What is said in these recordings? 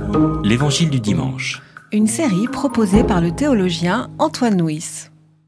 L'Évangile du dimanche. Une série proposée par le théologien Antoine Nuis.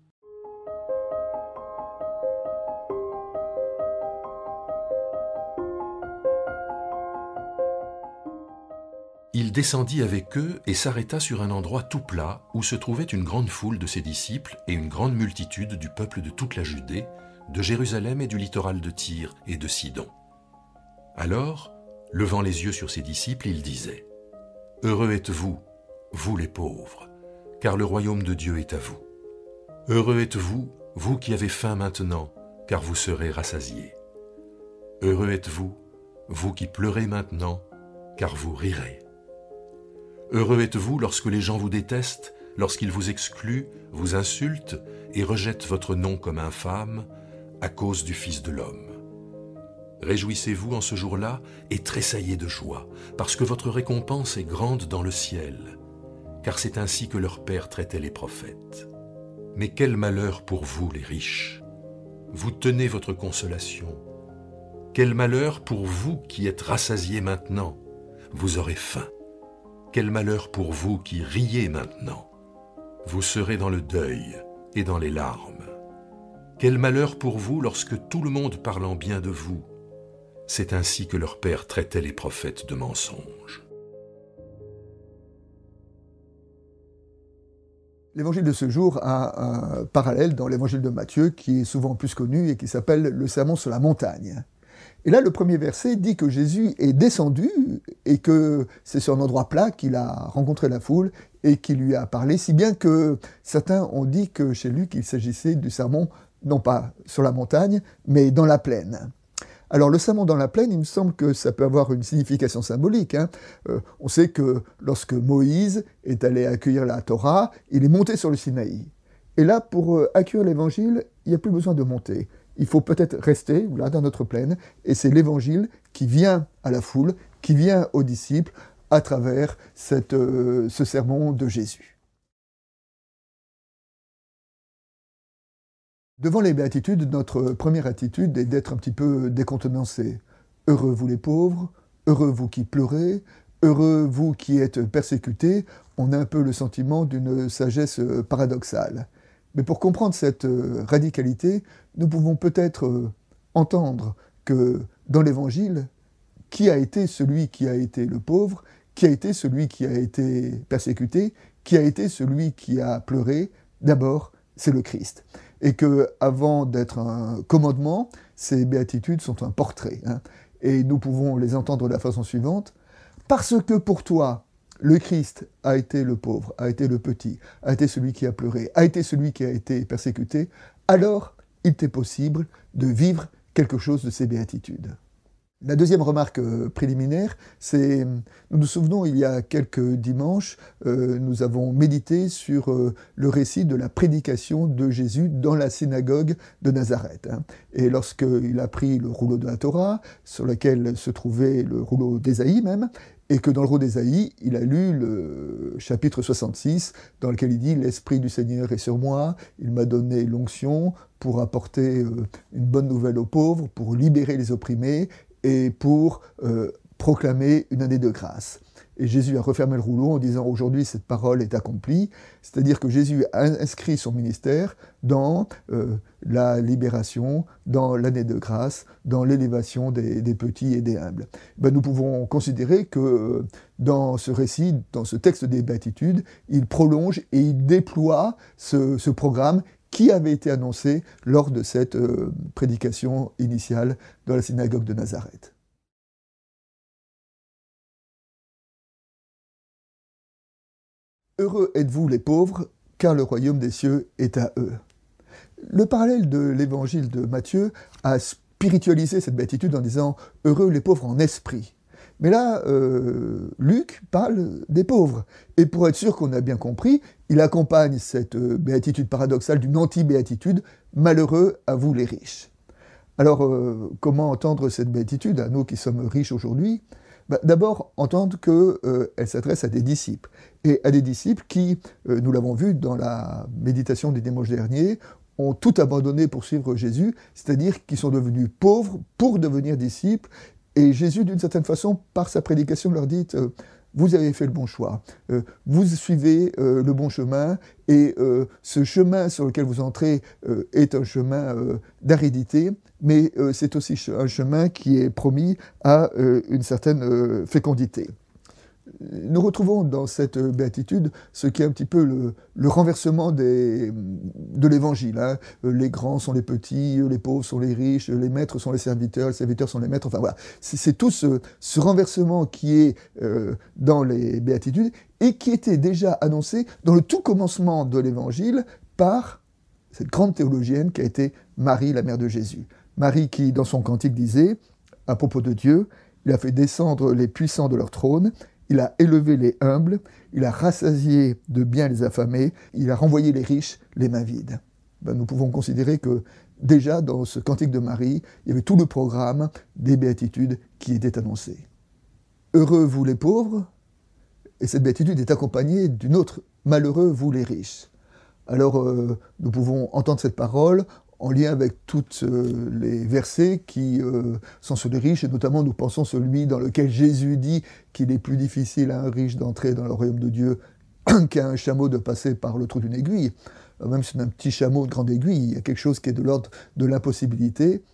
Il descendit avec eux et s'arrêta sur un endroit tout plat où se trouvait une grande foule de ses disciples et une grande multitude du peuple de toute la Judée, de Jérusalem et du littoral de Tyr et de Sidon. Alors, levant les yeux sur ses disciples, il disait : « Heureux êtes-vous, vous les pauvres, car le royaume de Dieu est à vous. Heureux êtes-vous, vous qui avez faim maintenant, car vous serez rassasiés. Heureux êtes-vous, vous qui pleurez maintenant, car vous rirez. Heureux êtes-vous lorsque les gens vous détestent, lorsqu'ils vous excluent, vous insultent et rejettent votre nom comme infâme à cause du Fils de l'homme. Réjouissez-vous en ce jour-là et tressaillez de joie, parce que votre récompense est grande dans le ciel, car c'est ainsi que leur Père traitait les prophètes. Mais quel malheur pour vous, les riches! Vous tenez votre consolation. Quel malheur pour vous qui êtes rassasiés maintenant! Vous aurez faim. Quel malheur pour vous qui riez maintenant! Vous serez dans le deuil et dans les larmes. Quel malheur pour vous lorsque tout le monde parlant bien de vous! C'est ainsi que leur Père traitait les prophètes de mensonges. L'évangile de ce jour a un parallèle dans l'évangile de Matthieu qui est souvent plus connu et qui s'appelle le sermon sur la montagne. Et là, le premier verset dit que Jésus est descendu et que c'est sur un endroit plat qu'il a rencontré la foule et qu'il lui a parlé, si bien que certains ont dit que chez lui qu'il s'agissait du sermon non pas sur la montagne, mais dans la plaine. Alors le sermon dans la plaine, il me semble que ça peut avoir une signification symbolique. On sait que lorsque Moïse est allé accueillir la Torah, il est monté sur le Sinaï. Et là, pour accueillir l'évangile, il n'y a plus besoin de monter. Il faut peut-être rester là dans notre plaine, et c'est l'évangile qui vient à la foule, qui vient aux disciples à travers ce sermon de Jésus. Devant les béatitudes, notre première attitude est d'être un petit peu décontenancé. Heureux vous les pauvres, heureux vous qui pleurez, heureux vous qui êtes persécutés. On a un peu le sentiment d'une sagesse paradoxale. Mais pour comprendre cette radicalité, nous pouvons peut-être entendre que dans l'Évangile, qui a été celui qui a été le pauvre, qui a été celui qui a été persécuté, qui a été celui qui a pleuré, d'abord, c'est le Christ. Et qu'avant d'être un commandement, ces béatitudes sont un portrait. Et nous pouvons les entendre de la façon suivante. Parce que pour toi, le Christ a été le pauvre, a été le petit, a été celui qui a pleuré, a été celui qui a été persécuté, alors il t'est possible de vivre quelque chose de ces béatitudes. La deuxième remarque préliminaire, c'est, nous nous souvenons, il y a quelques dimanches, nous avons médité sur le récit de la prédication de Jésus dans la synagogue de Nazareth. Et lorsqu'il a pris le rouleau de la Torah, sur lequel se trouvait le rouleau d'Ésaïe même, et que dans le rouleau d'Ésaïe, il a lu le chapitre 66, dans lequel il dit « L'Esprit du Seigneur est sur moi, il m'a donné l'onction pour apporter une bonne nouvelle aux pauvres, pour libérer les opprimés, et pour proclamer une année de grâce. » Et Jésus a refermé le rouleau en disant « Aujourd'hui, cette parole est accomplie », c'est-à-dire que Jésus a inscrit son ministère dans la libération, dans l'année de grâce, dans l'élévation des petits et des humbles. Nous pouvons considérer que dans ce récit, dans ce texte des Béatitudes, il prolonge et il déploie ce programme qui avait été annoncé lors de cette prédication initiale dans la synagogue de Nazareth. Heureux êtes-vous les pauvres, car le royaume des cieux est à eux. Le parallèle de l'évangile de Matthieu a spiritualisé cette béatitude en disant « heureux les pauvres en esprit ». Mais là, Luc parle des pauvres. Et pour être sûr qu'on a bien compris, il accompagne cette béatitude paradoxale d'une anti-béatitude « malheureux à vous les riches ». Alors, comment entendre cette béatitude, à nous qui sommes riches aujourd'hui ? D'abord, entendre qu'elle s'adresse à des disciples. Et à des disciples qui, nous l'avons vu dans la méditation du dimanche dernier, ont tout abandonné pour suivre Jésus, c'est-à-dire qu'ils sont devenus pauvres pour devenir disciples. Et Jésus, d'une certaine façon, par sa prédication, leur dit vous avez fait le bon choix, vous suivez le bon chemin, et ce chemin sur lequel vous entrez est un chemin d'aridité, mais c'est aussi un chemin qui est promis à une certaine fécondité. Nous retrouvons dans cette béatitude ce qui est un petit peu le renversement de l'évangile. Hein. Les grands sont les petits, les pauvres sont les riches, les maîtres sont les serviteurs sont les maîtres. Enfin voilà, c'est tout ce renversement qui est dans les béatitudes et qui était déjà annoncé dans le tout commencement de l'évangile par cette grande théologienne qui a été Marie, la mère de Jésus. Marie qui, dans son cantique, disait, à propos de Dieu, « Il a fait descendre les puissants de leur trône, il a élevé les humbles, il a rassasié de biens les affamés, il a renvoyé les riches les mains vides. » Nous pouvons considérer que déjà dans ce cantique de Marie, il y avait tout le programme des béatitudes qui était annoncé. « Heureux vous les pauvres », et cette béatitude est accompagnée d'une autre « Malheureux vous les riches ». Alors nous pouvons entendre cette parole en lien avec tous les versets qui sont sur les riches, et notamment nous pensons celui dans lequel Jésus dit qu'il est plus difficile à un riche d'entrer dans le royaume de Dieu qu'à un chameau de passer par le trou d'une aiguille. Même si c'est un petit chameau de grande aiguille, il y a quelque chose qui est de l'ordre de l'impossibilité.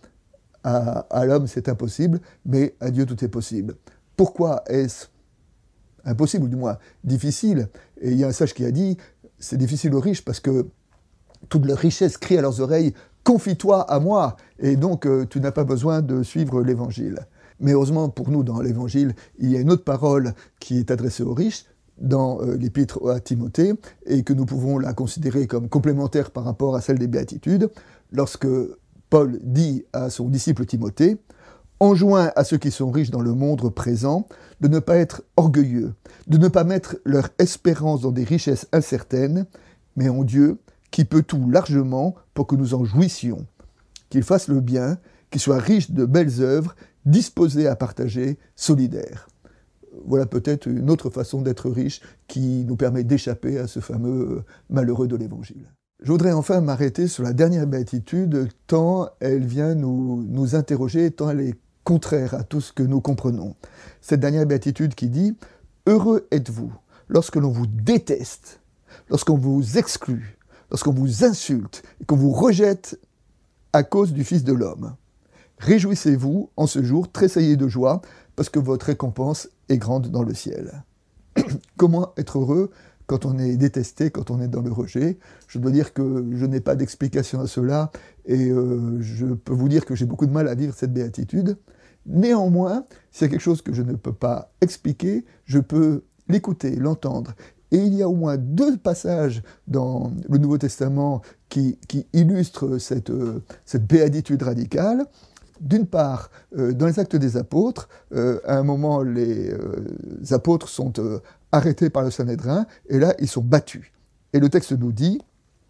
À l'homme c'est impossible, mais à Dieu tout est possible. Pourquoi est-ce impossible, ou du moins difficile? Et il y a un sage qui a dit, c'est difficile aux riches parce que toute leur richesse crie à leurs oreilles, confie-toi à moi, et donc tu n'as pas besoin de suivre l'évangile. Mais heureusement pour nous, dans l'évangile, il y a une autre parole qui est adressée aux riches, dans l'épître à Timothée, et que nous pouvons la considérer comme complémentaire par rapport à celle des béatitudes, lorsque Paul dit à son disciple Timothée, « Enjoins à ceux qui sont riches dans le monde présent de ne pas être orgueilleux, de ne pas mettre leur espérance dans des richesses incertaines, mais en Dieu, qui peut tout largement pour que nous en jouissions, qu'il fasse le bien, qu'il soit riche de belles œuvres, disposé à partager, solidaire. » Voilà peut-être une autre façon d'être riche qui nous permet d'échapper à ce fameux malheureux de l'Évangile. Je voudrais enfin m'arrêter sur la dernière béatitude, tant elle vient nous interroger, tant elle est contraire à tout ce que nous comprenons. Cette dernière béatitude qui dit « Heureux êtes-vous lorsque l'on vous déteste, lorsqu'on vous exclut, lorsqu'on vous insulte et qu'on vous rejette à cause du Fils de l'homme. Réjouissez-vous en ce jour, tressaillez de joie, parce que votre récompense est grande dans le ciel. » Comment être heureux quand on est détesté, quand on est dans le rejet? Je dois dire que je n'ai pas d'explication à cela, et je peux vous dire que j'ai beaucoup de mal à vivre cette béatitude. Néanmoins, s'il y a quelque chose que je ne peux pas expliquer, je peux l'écouter, l'entendre. Et il y a au moins 2 passages dans le Nouveau Testament qui illustrent cette béatitude radicale. D'une part, dans les Actes des Apôtres, à un moment, les apôtres sont arrêtés par le Sanhédrin, et là, ils sont battus. Et le texte nous dit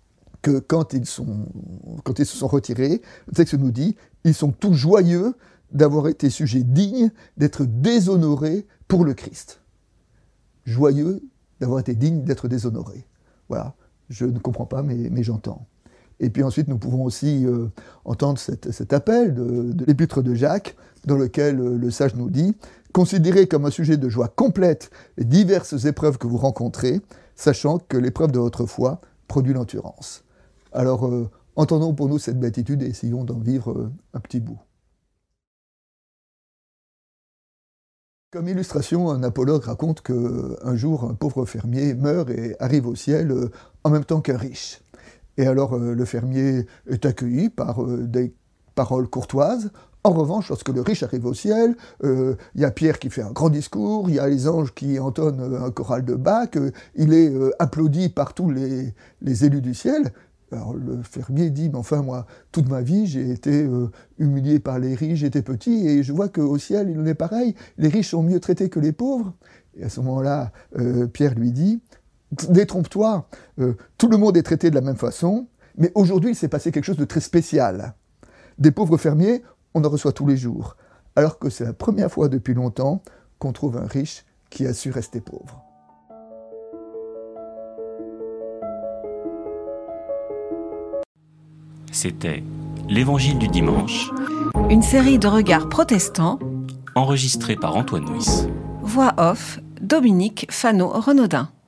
que quand ils se sont retirés, le texte nous dit ils sont tous joyeux d'avoir été sujets dignes d'être déshonorés pour le Christ. Joyeux d'avoir été dignes d'être déshonorés. Voilà, je ne comprends pas, mais j'entends. Et puis ensuite, nous pouvons aussi entendre cet appel de l'épître de Jacques, dans lequel le sage nous dit « Considérez comme un sujet de joie complète les diverses épreuves que vous rencontrez, sachant que l'épreuve de votre foi produit l'endurance. » Alors, entendons pour nous cette béatitude et essayons d'en vivre un petit bout. Comme illustration, un apologue raconte qu'un jour, un pauvre fermier meurt et arrive au ciel en même temps qu'un riche. Et alors, le fermier est accueilli par des paroles courtoises. En revanche, lorsque le riche arrive au ciel, il y a Pierre qui fait un grand discours, il y a les anges qui entonnent un choral de Bach, il est applaudi par tous les élus du ciel. Alors le fermier dit, mais enfin moi, toute ma vie, j'ai été humilié par les riches, j'étais petit, et je vois qu'au ciel, il en est pareil, les riches sont mieux traités que les pauvres. Et à ce moment-là, Pierre lui dit, détrompe-toi, tout le monde est traité de la même façon, mais aujourd'hui, il s'est passé quelque chose de très spécial. Des pauvres fermiers, on en reçoit tous les jours, alors que c'est la première fois depuis longtemps qu'on trouve un riche qui a su rester pauvre. C'était l'Évangile du dimanche, une série de regards protestants, enregistré par Antoine Nuis. voix off, Dominique Fano-Renaudin.